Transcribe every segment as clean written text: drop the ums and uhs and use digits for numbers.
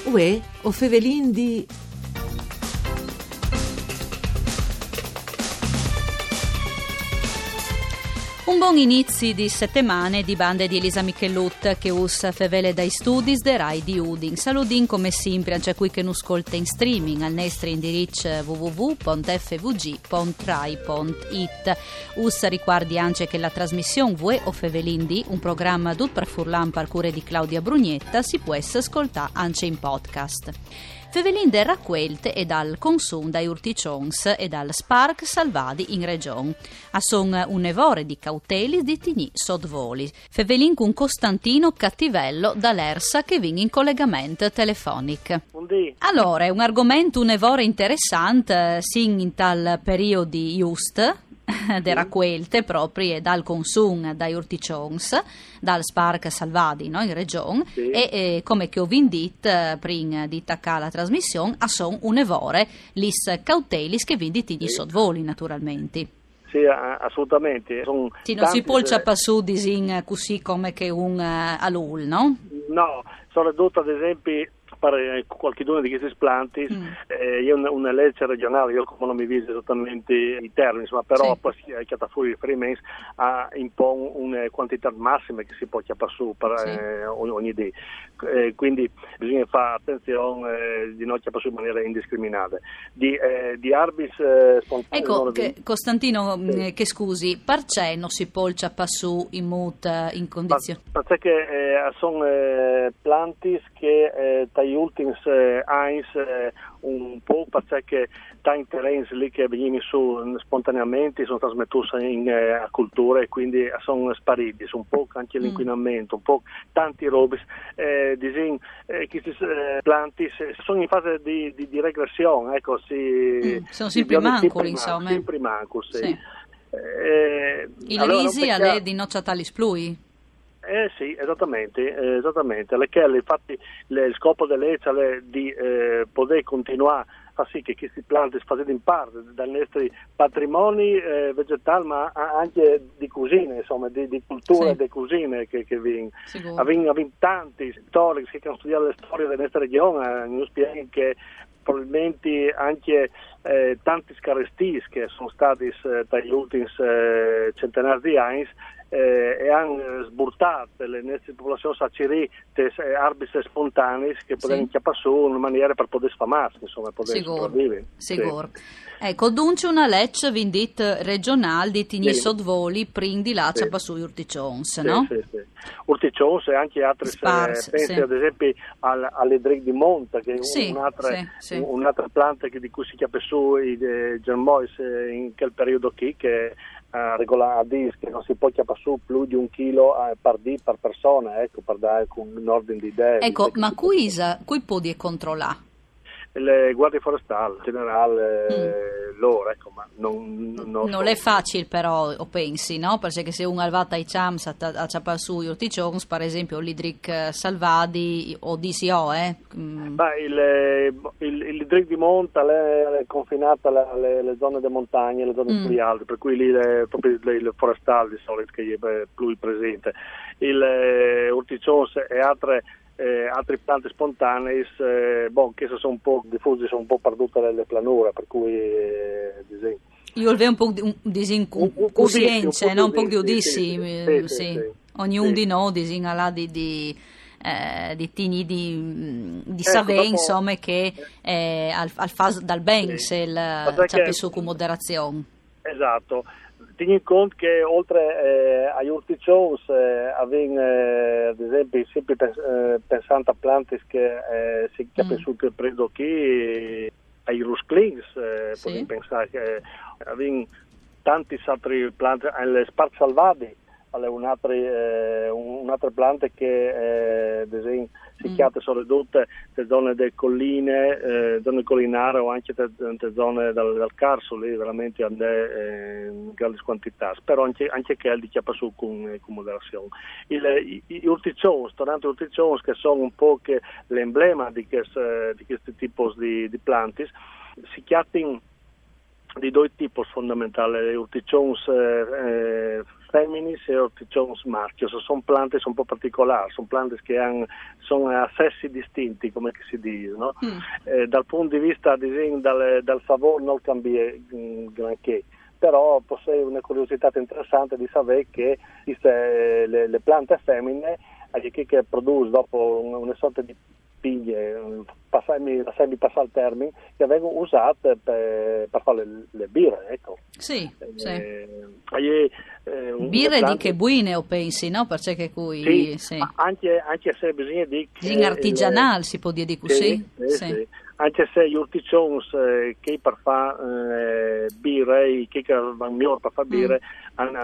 Uè, o fevelin di... Un buon inizio di settimane di bande di Elisa Michelut che us fevele dai studi de Rai di Udin. Saludin come sempre, c'è qui che nu ascolta in streaming al nostro indirizzo www.fvg.rai.it. Us ricordi anche che la trasmissione Vue o Fevelin di, un programma dut per Furlan par cure di Claudia Brugnetta, si può ascoltare anche in podcast. Fevelin del racquelte e dal consum dai urticions e dal Spark salvati in regione. A son un evore di cauteli di Tigni Sodvoli. Fevelin con Costantino Cattivello dall'Ersa che vin in collegamento telefonico. Allora, è un argomento un evore interessante, sin in tal periodo just de racquelte proprio e dal consum dai urticions, dal Spark salvati, no, in regione, sì. e come che ho vindit prima di attaccare la trasmissione a son un evore lis cautelis che vinditi di Sodvoli naturalmente. Sì, assolutamente. Sì, non si può ciappasù disin così come che un alul, no? No, sono ridotto ad esempio per qualcuno di questi splanti, io una legge regionale, io come non mi viso esattamente i termini, insomma, però sì. poi si è chiamata fuori riferimento a impone una quantità massima che si può chiappare su per ogni idea. Quindi bisogna fare attenzione di non chiappare su in maniera indiscriminata. Di arbis spontanei. Ecco, Costantino, che scusi, perché non si può ciappare su in mut in condizioni? Perché sono planti che dagli ultimi anni un po' perché tanti terreni lì che venivano su spontaneamente sono trasmessi in cultura e quindi sono spariti, un po' anche l'inquinamento, un po' tanti robe. Questi planti sono in fase di regressione, ecco, sono sempre mancoli, insomma. Sempre mancoli, sì. L'Elisi è di nocciatali splui? Sì, esattamente. Infatti il scopo dell'ECA è di poter continuare a far sì che questi planti facciano in parte dai nostri patrimoni vegetali, ma anche di cucine, insomma, di cultura di cucine che abbiamo tanti storici che hanno studiato le storie della nostra regione, mi spiegano che probabilmente anche tanti scarestis che sono stati dagli ultimi centenari di anni e hanno sburtato le nostre popolazioni saceri arbis spontanei che potevano chiappare su in maniera per poter sfamarsi, insomma, poter sopravvivere. Sicuro. Ecco, dunque una legge vindit regionale di Tigni Sodvoli prindi la ciappa su urticions, no? Sì. Urticions e anche altri, pensi ad esempio all'edric di monta, che è un'altra pianta di cui si chiappa su i germois in quel periodo qui, che regola a dis che non si può chiappare su più di 1 chilo per persona, ecco, per dare un ordine di idee. Ecco, ma qui può controllare? Le guardie forestali, in generale, loro, ecco, ma non è facile però, o pensi, no? Perché se uno alvata ai CHAMS a ciappare su urticions, per esempio l'idric salvadi o DCO, l'idric di monta è confinata alle zone delle montagne, le zone più alte, per cui lì proprio il forestale di solito che è più presente. Il urticions e altri piante spontanei che sono un po' diffusi, sono un po' perdute nelle pianure, per cui io vedo un po' di coscienza, un po' di udissi, ognuno di noi disinala di tigni di savè, insomma, che al fas dal ben se c'è su con moderazione. Esatto. Tieni in conto che oltre agli urticions avevano ad esempio sempre pensando a piante che si chiamano su quel periodo qui ai rusclings, potete pensare che avevano tanti altri piante, le Spark salvati un'altra pianta che ad esempio si chiama soprattutto le zone delle colline, zone collinari o anche le zone del Carso, lì veramente in grandi quantità, però anche che li chiappa su con moderazione. Gli urticions, tornando agli urticions, che sono un po' che l'emblema di questi tipi di planti, si chiamano di due tipi fondamentali, le urticions feminis e ortichons maschio. Sono piante un po' particolari, sono piante che sono a sessi distinti, come si dice, no? Dal punto di vista dal sapore non cambia granché, però possei una curiosità interessante di sapere che le piante femmine, che producono dopo una sorta di piglie, lasciami passare il termine, che vengono usate per fare le birre, ecco. Sì. Birre di che buine, o pensi, no? Perché qui sì. Anche se bisogna dire che artigianale si può dire di così. Sì. Anche se gli urtichons che per fare birre, che vanno migliore per fare birre, hanno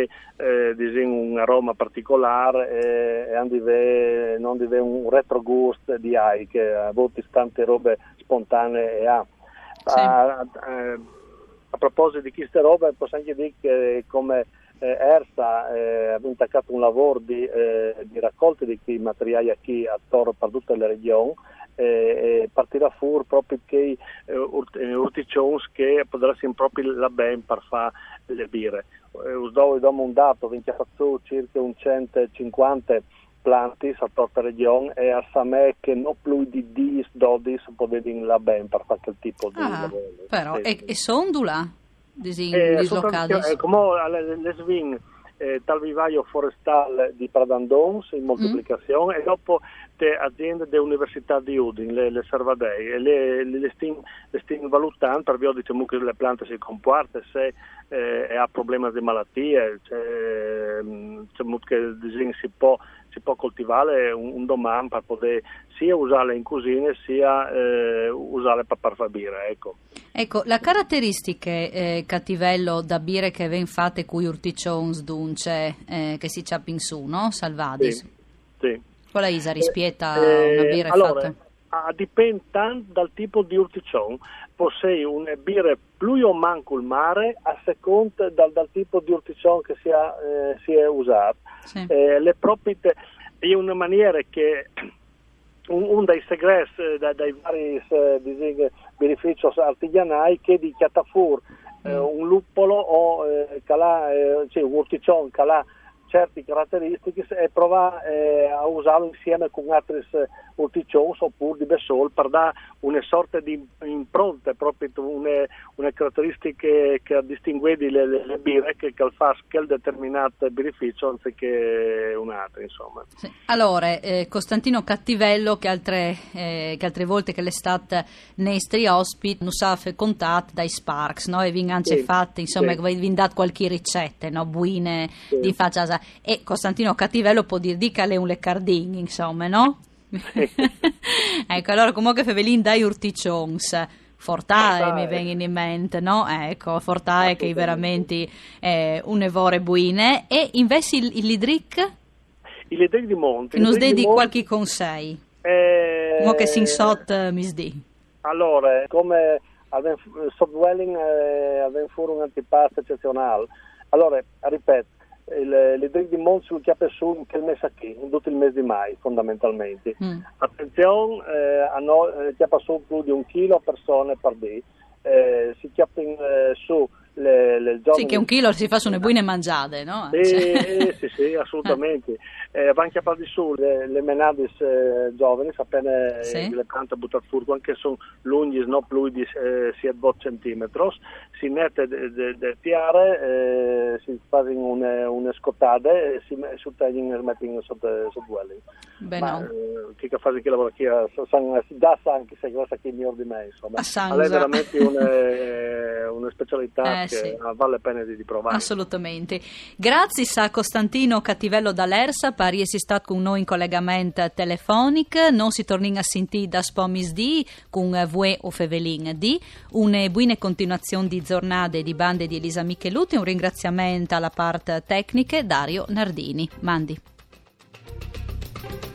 un aroma particolare e non un retrogust di AI che a volte tante robe spontanee ha. Sì. A proposito di queste robe, posso anche dire che come ERSA abbiamo intaccato un lavoro di raccolta di quei materiali qui attorno per tutte le regioni, e partirà fuori proprio che urtichons che potrebbero proprio la ben per fare le birre. Usiamo un dato, abbiamo fatto circa un 150 planti a tutta la regione e a Samè che non più di 10-12 potevano la ben per fare quel tipo di lavoro. Però, e sono là dislocati? Come le svin dal vivaio forestale di Pradandons in moltiplicazione e dopo le aziende dell'Università di Udine, le Servadei, e le stiamo valutando per via diciamo che le piante si comportano, se ha problemi di malattie, diciamo che si può coltivare un domani per poter sia usarle in cucina sia usarle per fare birra, ecco. Ecco, la caratteristiche cattivello da birre che ven fatte cui urtichons dunce che si ciappin su, no? Salvadis. Sì. Qual è Isa rispetta una birra fatta? Dipende tanto dal tipo di urtichon. Possei una birra più o manco il mare a seconda dal tipo di urtichon che si è usato. Sì. Le proprietà è una maniera che un dei segreti dai vari benefici artigianali che di chiatafur un luppolo o un urtichon che ha certe caratteristiche e provare a usarlo insieme con altri urtichons oppure di besol per dare una sorta di impronta, proprio una caratteristica che distingue le birre che fa quel determinato beneficio anziché un altro, insomma. Sì. Allora, Costantino Cattivello che altre volte che l'estate nestri ospiti non sa contato dai Sparks, no? E vi anche fatte, insomma, vi dato qualche ricette, no? Buine di faccia. E Costantino Cattivello può dire che è un leccardin, insomma, no? Ecco, allora comunque Fevelin dai urtichons Fortae mi vengono in mente, no? Ecco, Fortae che è veramente un'evore buine. E invece il Lidric? Il Lidric di Monte. Nos dedi qualche consiglio? Mo che si insot misdi. Allora, come Softwelling aveva fuori un antipasto eccezionale. Allora, ripeto, le drink di Monte si chiama su in quel mese qui, in tutto il mese di mai fondamentalmente. Attenzione, chiama su più di 1 chilo a persone per dì, si chiama su le giovani. Sì, che 1 chilo si fa su una buine mangiate, no? Sì, assolutamente. Vanno chiamati di su le menadis giovani, appena le piante buttate fuori, anche sono lunghi, non più di 7 centimetri, si mette del tiare, si fa una scottata e si tagliano e si mettono sotto quelli. Ma chi fa che lavora qui già sa anche se questa chi è migliore di me, insomma. È veramente una specialità che vale la pena di provare. Assolutamente. Grazie a Costantino Cattivello dall'Ersa, pari si sta con noi in collegamento telefonico. Non si torna a sentire da Spomisdi con Vue o Fevelin di una buona continuazione di giornate di bande di Elisa Michelutti. Un ringraziamento alla parte tecnica Dario Nardini. Mandi.